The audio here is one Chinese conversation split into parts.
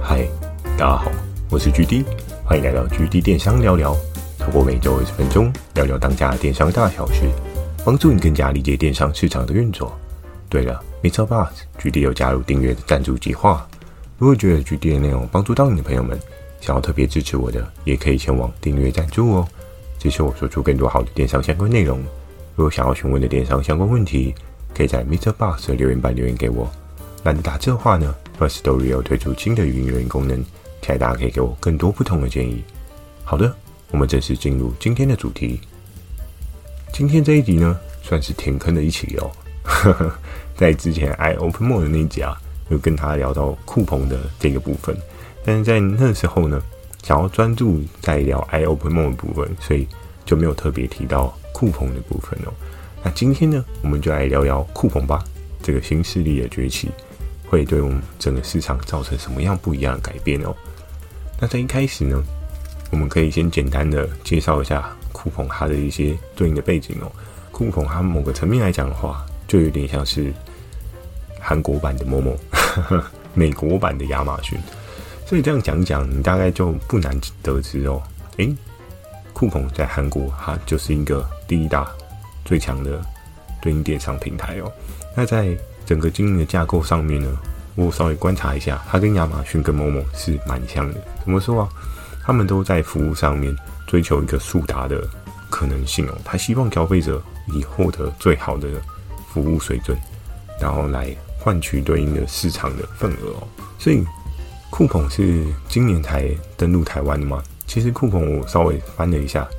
嗨，大家好，我是 GD， 欢迎来到 GD 电商聊聊，透过每周20分钟聊聊当家的电商大小事，帮助你更加理解电商市场的运作。对了 ，MrBoss GD 有加入订阅的赞助计划，如果觉得 GD 的内容帮助到你的朋友们，想要特别支持我的，也可以前往订阅赞助哦，支持我说出更多好的电商相关内容。如果想要询问的电商相关问题，可以在 MrBoss 的留言板留言给我。懒得打字的话呢 ，Firstory 有推出新的语音留言功能，期待大家可以给我更多不同的建议。好的，我们正式进入今天的主题。今天这一集呢，算是填坑的一期哦。在之前 iOpenMore 的那一集啊，有跟他聊到酷澎的这个部分，但是在那时候呢，想要专注在聊 iOpenMore 的部分，所以就没有特别提到酷澎的部分哦。那今天呢，我们就来聊聊酷澎吧，这个新势力的崛起会对我们整个市场造成什么样不一样的改变哦？那在一开始呢，我们可以先简单的介绍一下酷澎它的一些对应的背景哦。酷澎它某个层面来讲的话，就有点像是韩国版的Momo，美国版的亚马逊。所以这样讲讲，你大概就不难得知哦，酷澎在韩国它就是一个第一大最强的对应电商平台哦。那在整个经营的架构上面呢，我稍微观察一下，它跟亚马逊跟Momo是蛮像的。怎么说啊？他们都在服务上面追求一个速达的可能性哦。他希望消费者以获得最好的服务水准，然后来换取对应的市场的份额哦。所以酷澎是今年才登陆台湾的吗？其实酷澎我稍微翻了一下，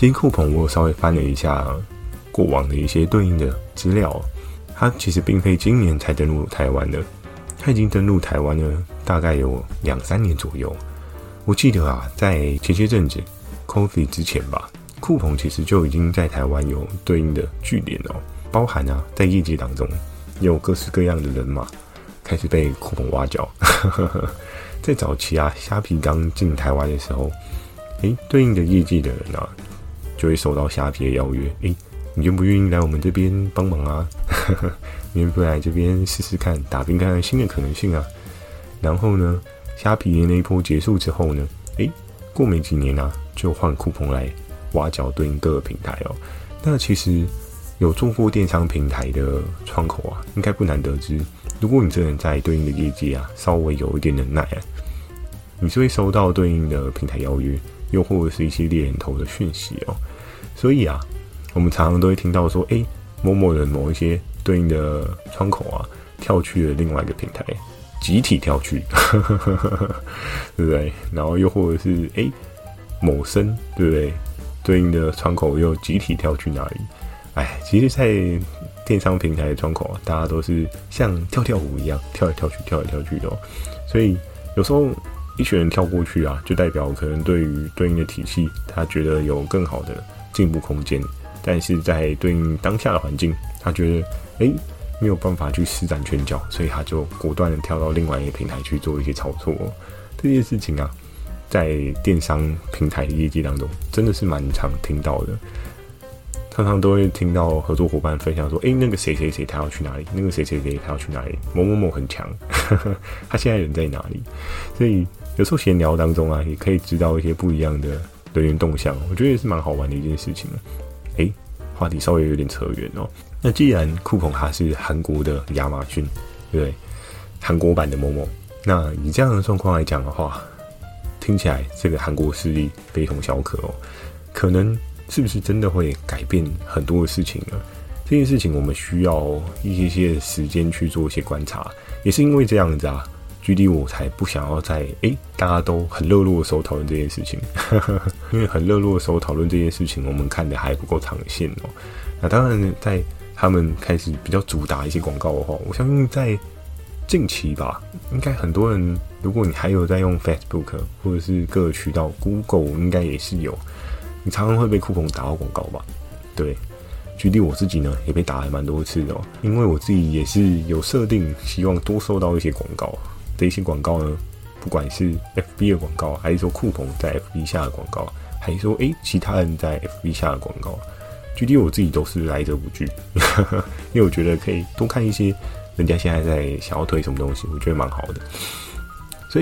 过往的一些对应的资料哦。它其实并非今年才登陆台湾的，它已经登陆台湾了大概有2-3年左右。我记得啊，在前些阵子 COVID 之前吧，酷澎其实就已经在台湾有对应的据点哦，包含啊在业界当中也有各式各样的人马开始被酷澎挖角。在早期啊，虾皮刚进台湾的时候，对应的业界的人啊，就会收到虾皮的邀约，你愿不愿意来我们这边帮忙啊？你愿不愿意来这边试试看，打拼看看新的可能性啊？然后呢，虾皮的那一波结束之后呢，过没几年啊，就换酷澎来挖角对应各个平台哦。那其实有做过电商平台的窗口啊，应该不难得知，如果你真的在对应的业界啊，稍微有一点能耐啊，你是会收到对应的平台邀约，又或者是一些猎人头的讯息哦。所以啊，我们常常都会听到说，某某人某一些对应的窗口啊，跳去了另外一个平台，集体跳去，对不对？然后又或者是某生，对不对？对应的窗口又集体跳去哪里？其实，在电商平台的窗口啊，大家都是像跳跳舞一样，跳来跳去的哦。所以有时候一群人跳过去啊，就代表可能对于对应的体系，他觉得有更好的进步空间。但是在对应当下的环境，他觉得没有办法去施展拳脚，所以他就果断的跳到另外一个平台去做一些操作哦。这件事情啊，在电商平台的业绩当中，真的是蛮常听到的。常常都会听到合作伙伴分享说，那个谁谁谁他要去哪里，那个谁谁谁他要去哪里，某某某很强，他现在人在哪里？所以有时候闲聊当中啊，也可以知道一些不一样的人员动向，我觉得也是蛮好玩的一件事情。话题稍微有点扯远哦。那既然酷澎它是韩国的亚马逊，对不对？韩国版的Momo，那以这样的状况来讲的话，听起来这个韩国势力非同小可哦。可能是不是真的会改变很多的事情呢？这件事情我们需要一些时间去做一些观察。也是因为这样子啊，GD 我才不想要在大家都很热络的时候讨论这件事情。因为很热络的时候讨论这件事情，我们看的还不够长线哦。那当然在他们开始比较主打一些广告的话，我相信在近期吧，应该很多人，如果你还有在用 Facebook 或者是各个渠道 Google， 应该也是有，你常常会被酷澎打到广告吧？对，举例我自己呢，也被打还蛮多次的哦。因为我自己也是有设定，希望多收到一些广告的一些广告呢，不管是 FB 的广告，还是说酷澎在 FB 下的广告，还是说其他人在 FB 下的广告。举例我自己都是来者不拒，因为我觉得可以多看一些人家现在在想要推什么东西，我觉得蛮好的。所以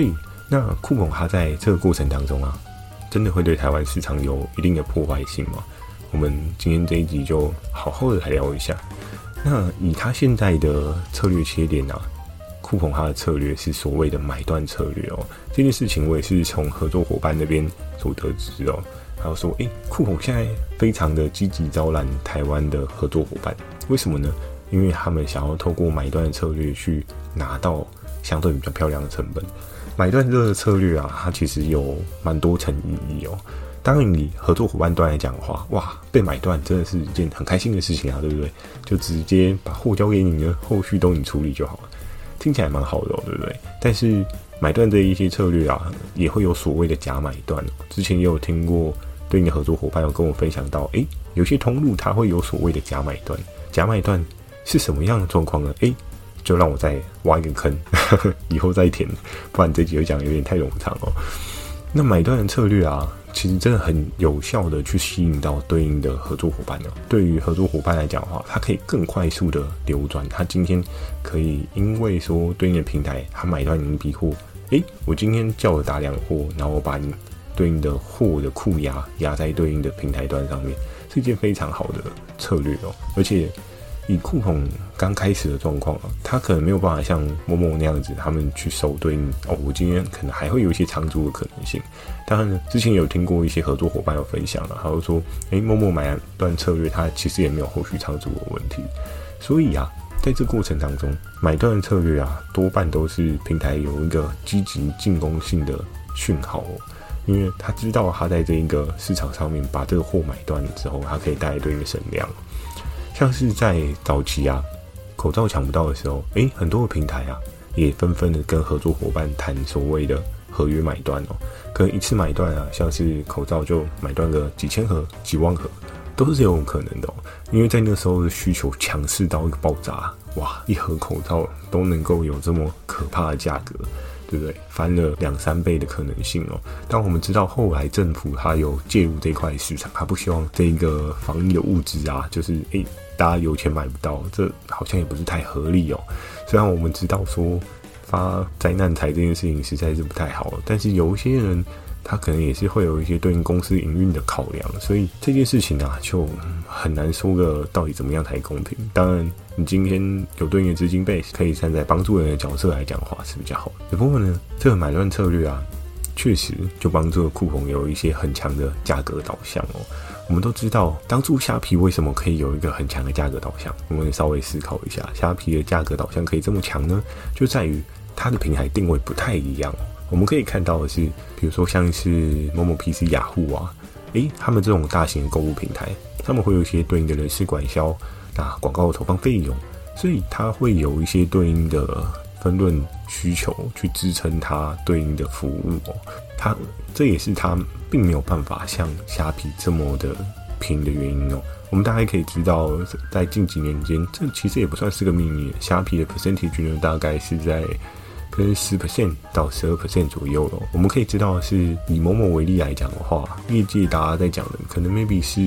那酷澎它在这个过程当中啊，真的会对台湾市场有一定的破坏性吗？我们今天这一集就好好的来聊一下。那以它现在的策略切点啊，酷澎它的策略是所谓的买断策略哦。这件事情我也是从合作伙伴那边所得知哦。还有说，酷澎现在非常的积极招揽台湾的合作伙伴，为什么呢？因为他们想要透过买断的策略去拿到相对比较漂亮的成本。买断这个策略啊，它其实有蛮多层意义哦。当然以合作伙伴端来讲的话，哇，被买断真的是一件很开心的事情啊，对不对？就直接把货交给你了，后续都你处理就好了，听起来蛮好的哦，对不对？但是买断这一些策略啊，也会有所谓的假买断哦。之前也有听过对应的合作伙伴有跟我分享到，有些通路它会有所谓的假买断。假买断是什么样的状况呢？就让我再挖一个坑，以后再填，不然这集就讲有点太冗长哦。那买断的策略啊，其实真的很有效的去吸引到对应的合作伙伴哦。对于合作伙伴来讲的话，他可以更快速的流转，他今天可以因为说对应的平台他买断你一批货，我今天叫了大量的货，然后我把你对应的货的库压在对应的平台端上面，是一件非常好的策略哦。而且以酷澎刚开始的状况啊，他可能没有办法像某某那样子，他们去收对应我今天可能还会有一些长租的可能性。当然呢，之前有听过一些合作伙伴有分享啊，他就说，某某买断策略，他其实也没有后续长租的问题。所以啊，在这过程当中，买断策略啊，多半都是平台有一个积极进攻性的讯号哦。因为他知道他在这一个市场上面把这个货买断了之后，他可以带来对应的声量。像是在早期啊，口罩抢不到的时候，很多的平台啊，也纷纷的跟合作伙伴谈所谓的合约买断哦。可能一次买断啊，像是口罩就买断个几千盒、几万盒，都是有可能的哦。因为在那时候的需求强势到一个爆炸，哇，一盒口罩都能够有这么可怕的价格，对不对？翻了2-3倍的可能性哦。当我们知道后来政府它有介入这块市场，它不希望这一个防疫的物资啊，就是大家有钱买不到，这好像也不是太合理哦。虽然我们知道说发灾难财这件事情实在是不太好，但是有一些人他可能也是会有一些对应公司营运的考量，所以这件事情啊就很难说个到底怎么样才公平。当然你今天有对应的资金base可以站在帮助人的角色来讲的话是比较好的。不过呢，这个买断策略啊，确实就帮助了酷澎有一些很强的价格导向哦。我们都知道当初虾皮为什么可以有一个很强的价格导向，我们稍微思考一下，虾皮的价格导向可以这么强呢，就在于它的平台定位不太一样哦。我们可以看到的是，比如说像是某某 PC、雅虎啊，他们这种大型的购物平台，他们会有一些对应的人事管销、广告投放费用，所以它会有一些对应的分润需求去支撑它对应的服务哦。这也是它并没有办法像虾皮这么的平的原因哦。我们大概可以知道，在近几年间，这其实也不算是个秘密，虾皮的 percentage 呢，大概是在可能10% 到12% 左右了。我们可以知道的是，以某某为例来讲的话，业界大家在讲的可能 maybe 是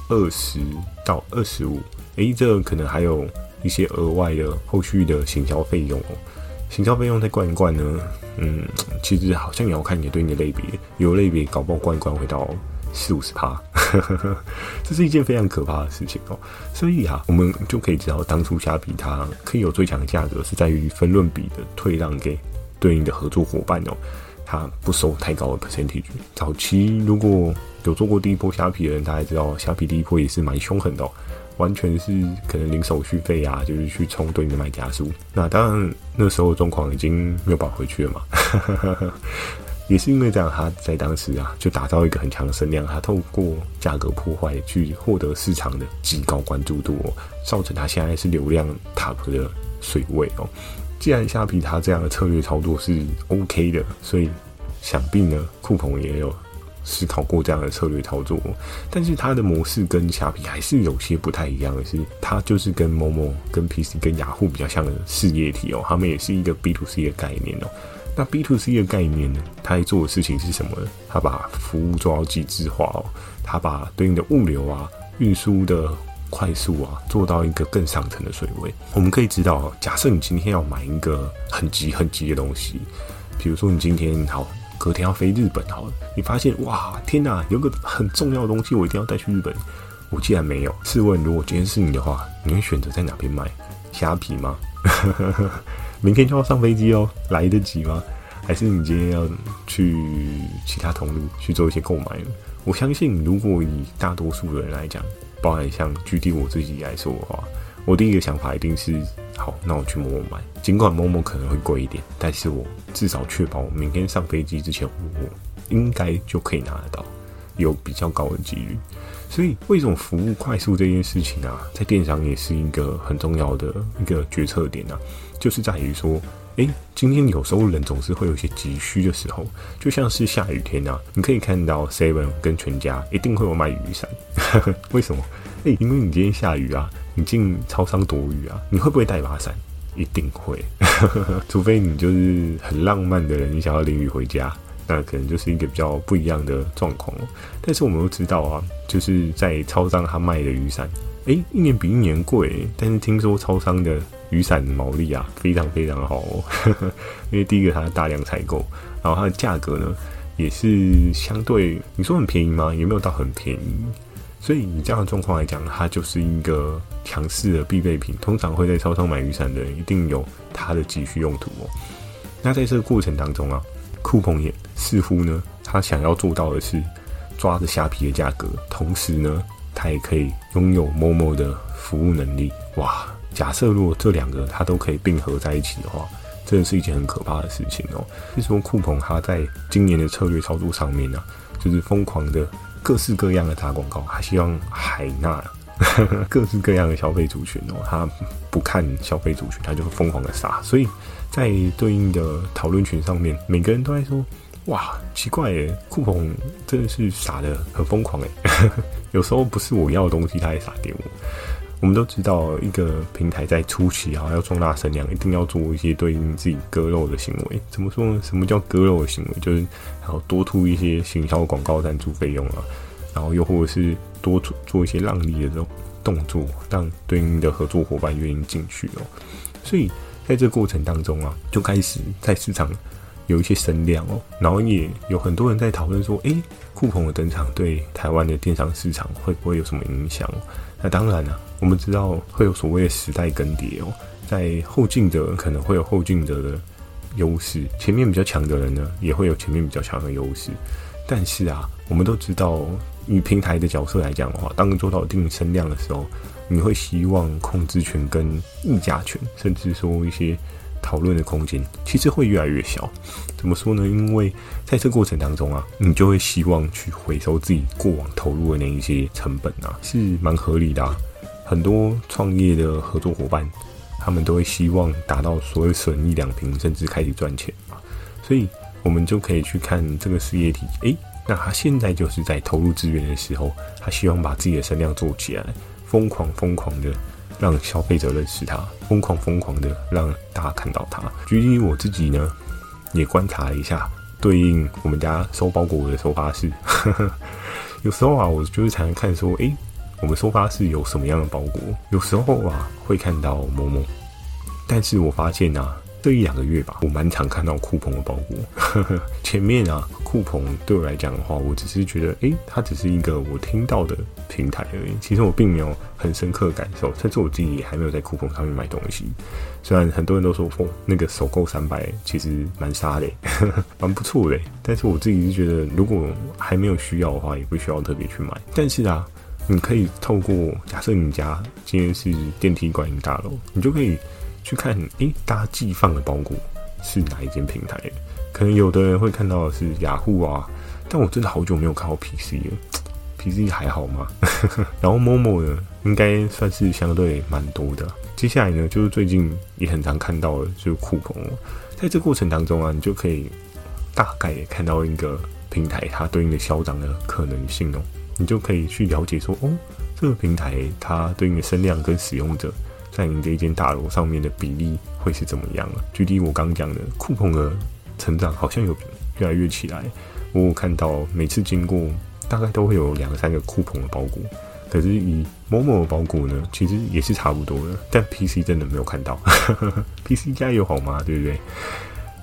20到25，这可能还有一些额外的后续的行销费用哦。行销费用再灌一灌呢，其实好像也要看你对应的类别，有类别搞不好灌一灌会到40-50%，这是一件非常可怕的事情哦。所以啊，我们就可以知道，当初虾皮它可以有最强的价格，是在于分润比的退让给对应的合作伙伴哦，它不收太高的 percentage。早期如果有做过第一波虾皮的人，大家知道虾皮第一波也是蛮凶狠的哦。完全是可能零手续费啊，就是去冲对应的买家数。那当然那时候的状况已经没有办法回去了嘛，也是因为这样，他在当时啊就打造一个很强的声量，他透过价格破坏去获得市场的极高关注度哦，造成他现在是流量 top 的水位哦。既然虾皮他这样的策略操作是 OK 的，所以想必呢酷澎也有思考过这样的策略操作，但是它的模式跟虾皮还是有些不太一样的是，它就是跟某某、跟 PC、跟雅虎比较像的事业体哦，他们也是一个 B2C 的概念哦。那 B2C 的概念呢，它在做的事情是什么呢？它把服务做到极致化哦，它把对应的物流啊、运输的快速啊，做到一个更上层的水位。我们可以知道，假设你今天要买一个很急的东西， 比如说你今天好，隔天要飞日本好了，你发现哇，天哪，有个很重要的东西我一定要带去日本，我既然没有，试问如果今天是你的话，你会选择在哪边买？虾皮吗？明天就要上飞机哦，来得及吗？还是你今天要去其他通路去做一些购买呢？我相信，如果以大多数的人来讲，包含像举例我自己来说的话，我第一个想法一定是，好，那我去Momo买。尽管Momo可能会贵一点，但是我至少确保我明天上飞机之前，我应该就可以拿得到，有比较高的几率。所以，为什么服务快速这件事情啊，在电商也是一个很重要的一个决策点啊，就是在于说，今天有时候人总是会有一些急需的时候，就像是下雨天啊，你可以看到 Seven 跟全家一定会有卖雨伞。为什么？因为你今天下雨啊，你进超商躲雨啊，你会不会带把伞？一定会，除非你就是很浪漫的人，你想要淋雨回家，那可能就是一个比较不一样的状况。但是我们都知道啊，就是在超商他卖的雨伞，一年比一年贵，但是听说超商的雨伞毛利啊非常非常好哦，因为第一个它大量采购，然后它的价格呢也是相对，你说很便宜吗？也没有到很便宜。所以以这样的状况来讲，它就是一个强势的必备品。通常会在超商买雨伞的人，一定有它的急需用途哦。那在这个过程当中啊，酷澎也似乎呢，他想要做到的是抓着虾皮的价格，同时呢，他也可以拥有 Momo 的服务能力。哇！假设如果这两个它都可以并合在一起的话，真的是一件很可怕的事情哦。是说酷澎它在今年的策略操作上面啊，就是疯狂的各式各样的打广告，他希望海纳各式各样的消费族群哦，他不看消费族群，他就疯狂的杀。所以在对应的讨论群上面，每个人都在说：哇，奇怪耶，酷澎真的是撒得很疯狂耶。有时候不是我要的东西，他也撒给我。我们都知道，一个平台在初期啊，要壮大声量，一定要做一些对应自己割肉的行为。怎么说呢？什么叫割肉的行为？就是然后多出一些行销广告赞助费用啊，然后又或者是多做一些让利的这种动作，让对应的合作伙伴愿意进去哦。所以在这个过程当中啊，就开始在市场有一些声量哦，然后也有很多人在讨论说，酷澎的登场对台湾的电商市场会不会有什么影响？那当然我们知道会有所谓的时代更迭哦，在后进者可能会有后进者的优势，前面比较强的人呢，也会有前面比较强的优势。但是我们都知道，以平台的角色来讲的话，当你做到一定声量的时候，你会希望控制权跟议价权，甚至说一些讨论的空间，其实会越来越小。怎么说呢？因为在这过程当中你就会希望去回收自己过往投入的那一些成本是蛮合理的很多创业的合作伙伴，他们都会希望达到所谓损益两平，甚至开始赚钱所以我们就可以去看这个事业体，那他现在就是在投入资源的时候，他希望把自己的声量做起来，疯狂的让消费者认识他，疯狂的让大家看到他。举例我自己呢，也观察了一下对应我们家收包裹的收发室，有时候我就是常常看说，我们收发室有什么样的包裹？有时候会看到Momo，但是我发现这1-2个月吧，我蛮常看到酷澎的包裹。前面酷澎对我来讲的话，我只是觉得，它只是一个我听到的平台而已。其实我并没有很深刻的感受，甚至我自己也还没有在酷澎上面买东西。虽然很多人都说，那个首购300其实蛮杀的，蛮不错的。但是我自己是觉得，如果还没有需要的话，也不需要特别去买。但是你可以透过假设你家今天是电梯观音大楼，你就可以去看，大家寄放的包裹是哪一间平台的？可能有的人会看到的是雅虎但我真的好久没有看到 PC 了。PC 还好吗？然後 Momo 呢，应该算是相对蛮多的。接下来呢，就是最近也很常看到的，就是酷澎。在这过程当中你就可以大概也看到一个平台它对应的销涨的可能性哦。你就可以去了解说，这个平台它对应的声量跟使用者在你这一间大楼上面的比例会是怎么样举例我刚讲的，酷澎的成长好像有越来越起来。我有看到每次经过大概都会有2-3个酷澎的包裹，可是以 Momo 的包裹呢，其实也是差不多的。但 PC 真的没有看到。PC 加油好吗？对不对？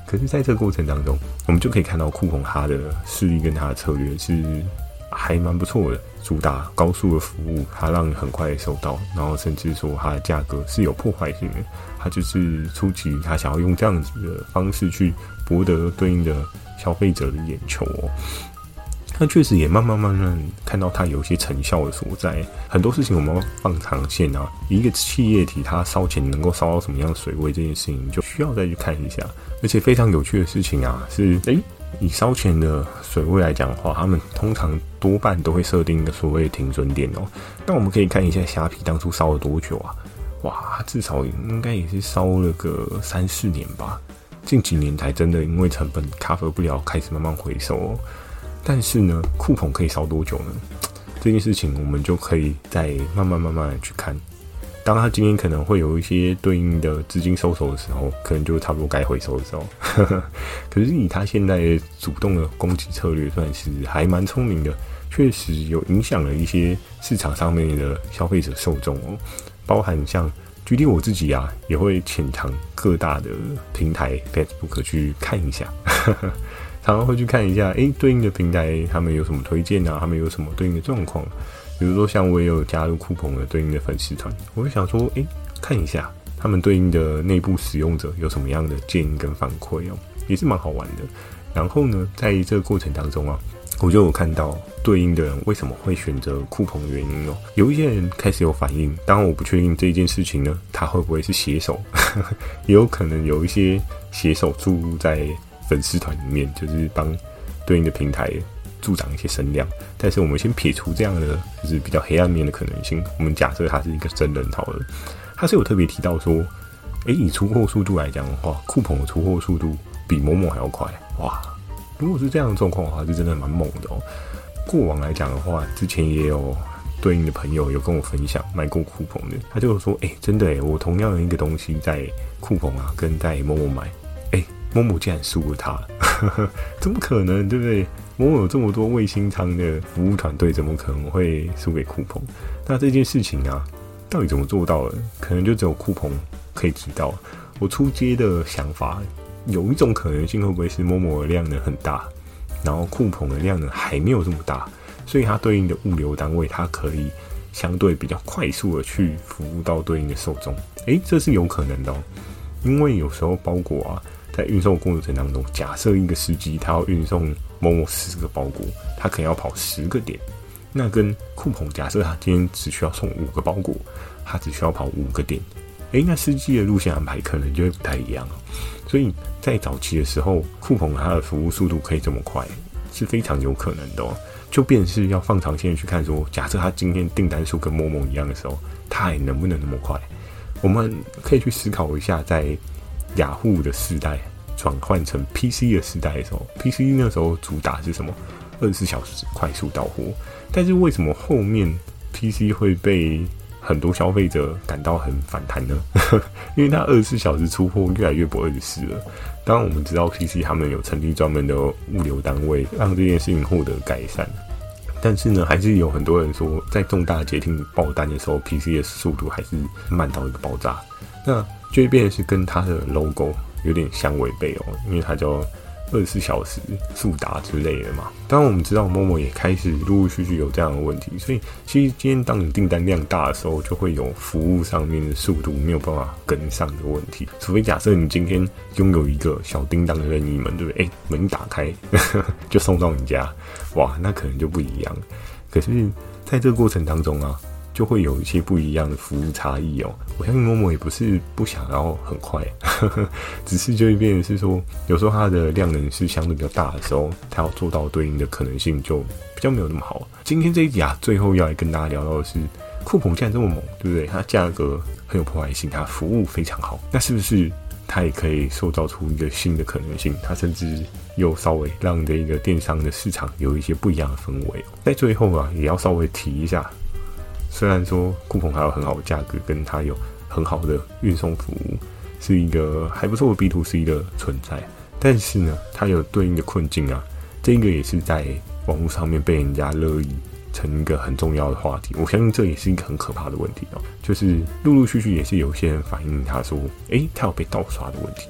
可是在这个过程当中，我们就可以看到酷鹏它的势力跟它的策略是还蛮不错的，主打高速的服务，它让你很快收到，然后甚至说它的价格是有破坏性的，它就是初期它想要用这样子的方式去博得对应的消费者的眼球哦。那确实也慢慢看到它有一些成效的所在。很多事情我们要放长线啊，一个企业体它烧钱能够烧到什么样的水位，这件事情就需要再去看一下。而且非常有趣的事情啊，是以烧钱的水位来讲的话，他们通常多半都会设定一个所谓的停损点哦。那我们可以看一下虾皮当初烧了多久啊？哇，至少应该也是烧了个3-4年吧。近几年才真的因为成本 cover 不了，开始慢慢回收哦。但是呢，酷鹏可以烧多久呢？这件事情我们就可以再慢慢的去看。当他今天可能会有一些对应的资金收手的时候，可能就差不多该回收的时候。可是以他现在主动的攻击策略，算是还蛮聪明的，确实有影响了一些市场上面的消费者受众哦。包含像举例我自己啊，也会潜藏各大的平台 Facebook 去看一下。常常会去看一下，对应的平台他们有什么推荐啊，他们有什么对应的状况。比如说像我也有加入酷鹏的对应的粉丝团，我会想说，看一下他们对应的内部使用者有什么样的建议跟反馈哦，也是蛮好玩的。然后呢，在这个过程当中啊，我就有看到对应的人为什么会选择酷鹏的原因哦。有一些人开始有反应，当然我不确定这件事情呢，他会不会是写手，也有可能有一些写手注入在粉丝团里面，就是帮对应的平台助长一些声量。但是我们先撇除这样的就是比较黑暗面的可能性，我们假设他是一个真人好了。他是有特别提到说，以出货速度来讲的话，酷鹏的出货速度比某某还要快。哇，如果是这样的状况的话，是真的蛮猛的哦。过往来讲的话，之前也有对应的朋友有跟我分享买过酷鹏的，他就说，真的我同样的一个东西在酷鹏啊跟在某某买，某某竟然输了他，怎么可能，对不对？某某有这么多卫星舱的服务团队，怎么可能会输给酷鹏？那这件事情啊，到底怎么做到的？可能就只有酷鹏可以知道。我出街的想法，有一种可能性，会不会是某某的量能很大，然后酷鹏的量能还没有这么大，所以它对应的物流单位，它可以相对比较快速的去服务到对应的受众。这是有可能的哦，因为有时候包裹啊，在运送过程当中，假设一个司机他要运送某某10个包裹，他可能要跑10个点。那跟酷鹏假设他今天只需要送5个包裹，他只需要跑5个点。那司机的路线安排可能就会不太一样。所以在早期的时候，酷鹏它的服务速度可以这么快，是非常有可能的哦。就便是要放长线去看说，假设他今天订单数跟某某一样的时候，他还能不能那么快？我们可以去思考一下，在雅虎的时代转换成 PC 的时代的时候 ，PC 那时候主打是什么？24小时快速到货。但是为什么后面 PC 会被很多消费者感到很反弹呢？因为它24小时出货越来越不24了。当然我们知道 PC 他们有成立专门的物流单位，让这件事情获得改善。但是呢，还是有很多人说，在重大节庆爆单的时候 ，PC 的速度还是慢到一个爆炸。那就会变成是跟它的 logo 有点相违背哦，因为它叫24小时速达之类的嘛。当然我们知道 Momo 也开始陆陆续续有这样的问题，所以其实今天当你订单量大的时候，就会有服务上面的速度没有办法跟上的问题。除非假设你今天拥有一个小叮当的任意门，对不对？门一打开就送到你家，哇，那可能就不一样。可是在这个过程当中啊，就会有一些不一样的服务差异哦。我相信Momo也不是不想要很快，只是就会变成是说，有时候它的量能是相对比较大的时候，它要做到对应的可能性就比较没有那么好。今天这一集啊，最后要来跟大家聊到的是，酷鹏既然这么猛，对不对？它价格很有破坏性，它服务非常好，那是不是它也可以塑造出一个新的可能性？它甚至又稍微让这一个电商的市场有一些不一样的氛围。在最后啊，也要稍微提一下。虽然说酷鹏还有很好的价格，跟它有很好的运送服务，是一个还不错的 B2C 的存在，但是呢，它有对应的困境啊。这个也是在网络上面被人家热议成一个很重要的话题。我相信这也是一个很可怕的问题哦，就是陆陆续续也是有些人反映他说，他有被盗刷的问题。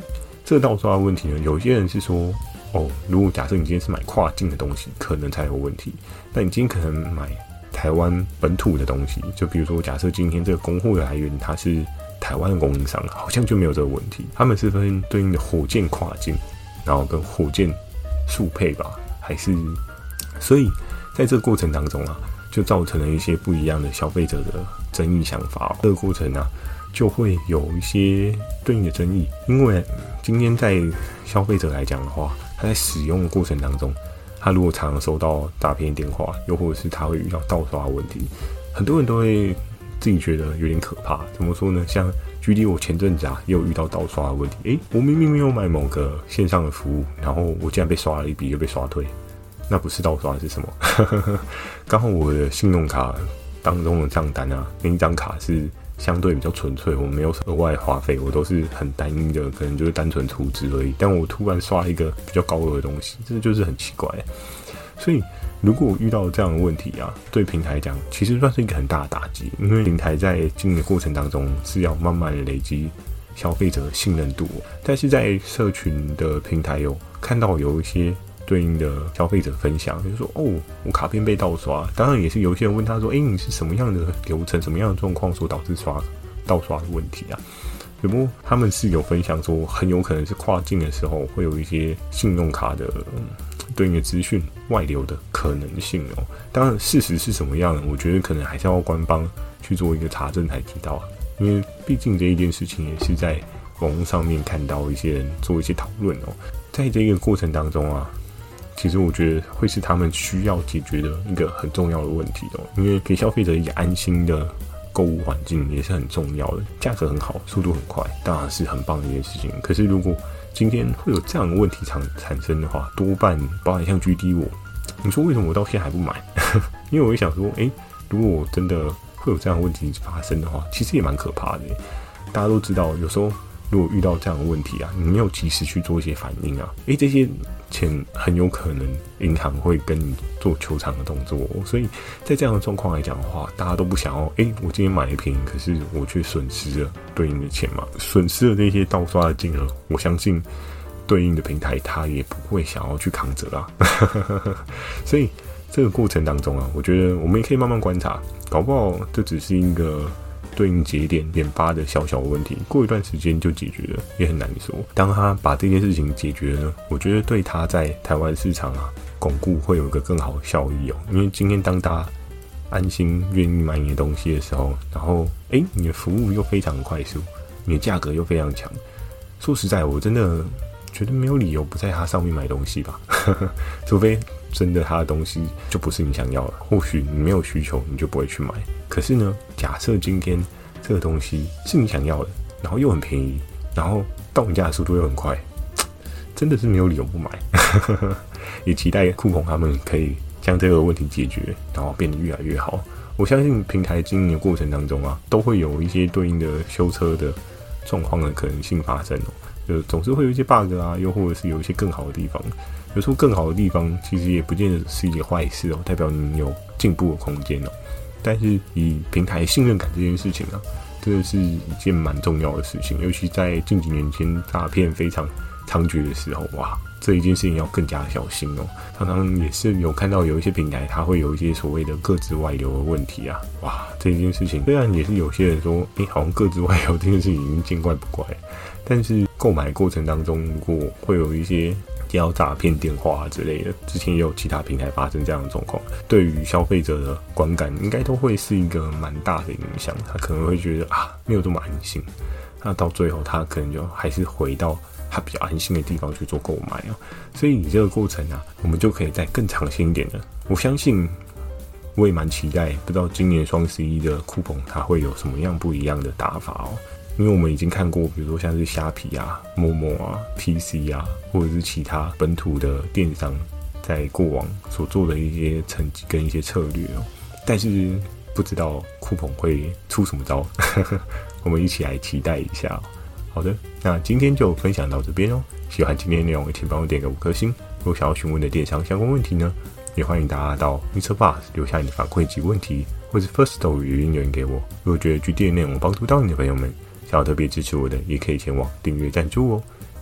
这个盗刷的问题呢，有些人是说，如果假设你今天是买跨境的东西，可能才有问题。那你今天可能买台湾本土的东西，就比如说假设今天这个供货的来源它是台湾的供应商，好像就没有这个问题。他们是分对应的火箭跨境，然后跟火箭速配吧，还是，所以在这个过程当中啊，就造成了一些不一样的消费者的争议想法。这个过程啊，就会有一些对应的争议，因为今天在消费者来讲的话，他在使用的过程当中，他如果常常收到诈骗电话，又或者是他会遇到盗刷的问题，很多人都会自己觉得有点可怕。怎么说呢？像举例我前阵子啊，也有遇到盗刷的问题。我明明没有买某个线上的服务，然后我竟然被刷了一笔，又被刷退。那不是盗刷是什么？刚好我的信用卡当中的账单啊，那一张卡是相对比较纯粹，我没有额外花费，我都是很单一的，可能就是单纯储值而已。但我突然刷一个比较高额的东西，这就是很奇怪。所以如果我遇到这样的问题啊，对平台讲其实算是一个很大的打击，因为平台在经营的过程当中是要慢慢的累积消费者的信任度。但是在社群的平台有看到有一些对应的消费者分享，就是说我卡片被盗刷，当然也是有一些人问他说，你是什么样的流程、什么样的状况所导致盗刷的问题啊？不过他们是有分享说，很有可能是跨境的时候会有一些信用卡的对应的资讯外流的可能性哦。当然事实是什么样的，我觉得可能还是要官方去做一个查证才知道，因为毕竟这一件事情也是在网络上面看到一些人做一些讨论哦。在这个过程当中啊，其实我觉得会是他们需要解决的一个很重要的问题哦，因为给消费者一个安心的购物环境也是很重要的，价格很好，速度很快，当然是很棒的一件事情。可是如果今天会有这样的问题产生的话，多半包含像 GD 你说为什么我到现在还不买？因为我会想说，如果我真的会有这样的问题发生的话，其实也蛮可怕的。大家都知道，有时候如果遇到这样的问题啊，你没有及时去做一些反应啊，这些钱很有可能银行会跟你做求偿的动作所以在这样的状况来讲的话，大家都不想要，我今天买了便宜，可是我却损失了对应的钱嘛，损失了这些盗刷的金额，我相信对应的平台它也不会想要去扛责啊。所以这个过程当中啊，我觉得我们也可以慢慢观察，搞不好这只是一个对应节点研发的小小问题，过一段时间就解决了，也很难说。当他把这件事情解决了呢，我觉得对他在台湾市场啊巩固会有一个更好的效益哦。因为今天当大家安心愿意买你的东西的时候，然后你的服务又非常快速，你的价格又非常强，说实在，我真的觉得没有理由不在它上面买东西吧。除非真的它的东西就不是你想要的，或许你没有需求你就不会去买。可是呢，假设今天这个东西是你想要的，然后又很便宜，然后到你家的速度又很快，真的是没有理由不买。也期待酷澎他们可以将这个问题解决，然后变得越来越好。我相信平台经营的过程当中啊，都会有一些对应的修车的状况的可能性发生哦。就总是会有一些 bug 啊，又或者是有一些更好的地方。有时候更好的地方其实也不见得是一件坏事哦，代表你有进步的空间哦。但是以平台信任感这件事情啊，真的是一件蛮重要的事情，尤其在近几年前诈骗非常猖獗的时候，哇，这一件事情要更加小心哦。常常也是有看到有一些平台，它会有一些所谓的个资外流的问题啊，哇，这一件事情虽然也是有些人说，好像个资外流这件事情已经见怪不怪，但是购买过程当中，如果会有一些接到诈骗电话之类的，之前也有其他平台发生这样的状况，对于消费者的观感应该都会是一个蛮大的影响。他可能会觉得没有这么安心，那到最后他可能就还是回到他比较安心的地方去做购买哦。所以你这个过程啊，我们就可以再更长线一点的。我相信我也蛮期待，不知道今年双11的酷澎它会有什么样不一样的打法哦。因为我们已经看过，比如说像是虾皮啊、Momo啊、PC 啊，或者是其他本土的电商在过往所做的一些成绩跟一些策略哦，但是不知道酷澎会出什么招，我们一起来期待一下哦。好的，那今天就分享到这边哦。喜欢今天的内容，请帮我点个5颗星。如果想要询问的电商相关问题呢，也欢迎大家到 MrBuzz 留下你的反馈及问题，或是 Firstory 语音留言给我。如果觉得GD的内容帮助到你的朋友们，想要特别支持我的，也可以前往订阅赞助哦。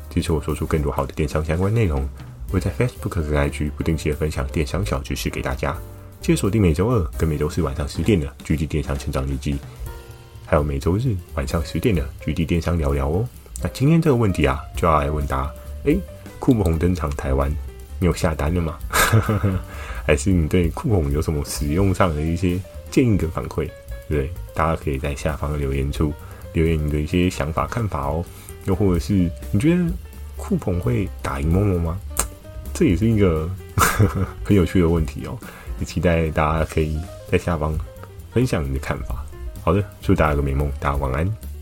支持我说出更多好的电商相关内容。我会在 Facebook 和 IG 不定期的分享电商小知识给大家，记得锁定每周二跟每周四晚上10点的 GD 电商成长日记，还有每周日晚上10点的 GD 电商聊聊哦。那今天这个问题啊，就要来问大家，酷澎登场台湾，你有下单了吗？还是你对酷澎有什么使用上的一些建议跟反馈？对，大家可以在下方的留言处留言你的一些想法看法哦。又或者是你觉得酷澎会打赢momo吗？这也是一个很有趣的问题哦。也期待大家可以在下方分享你的看法。好的，祝大家有个美梦，大家晚安。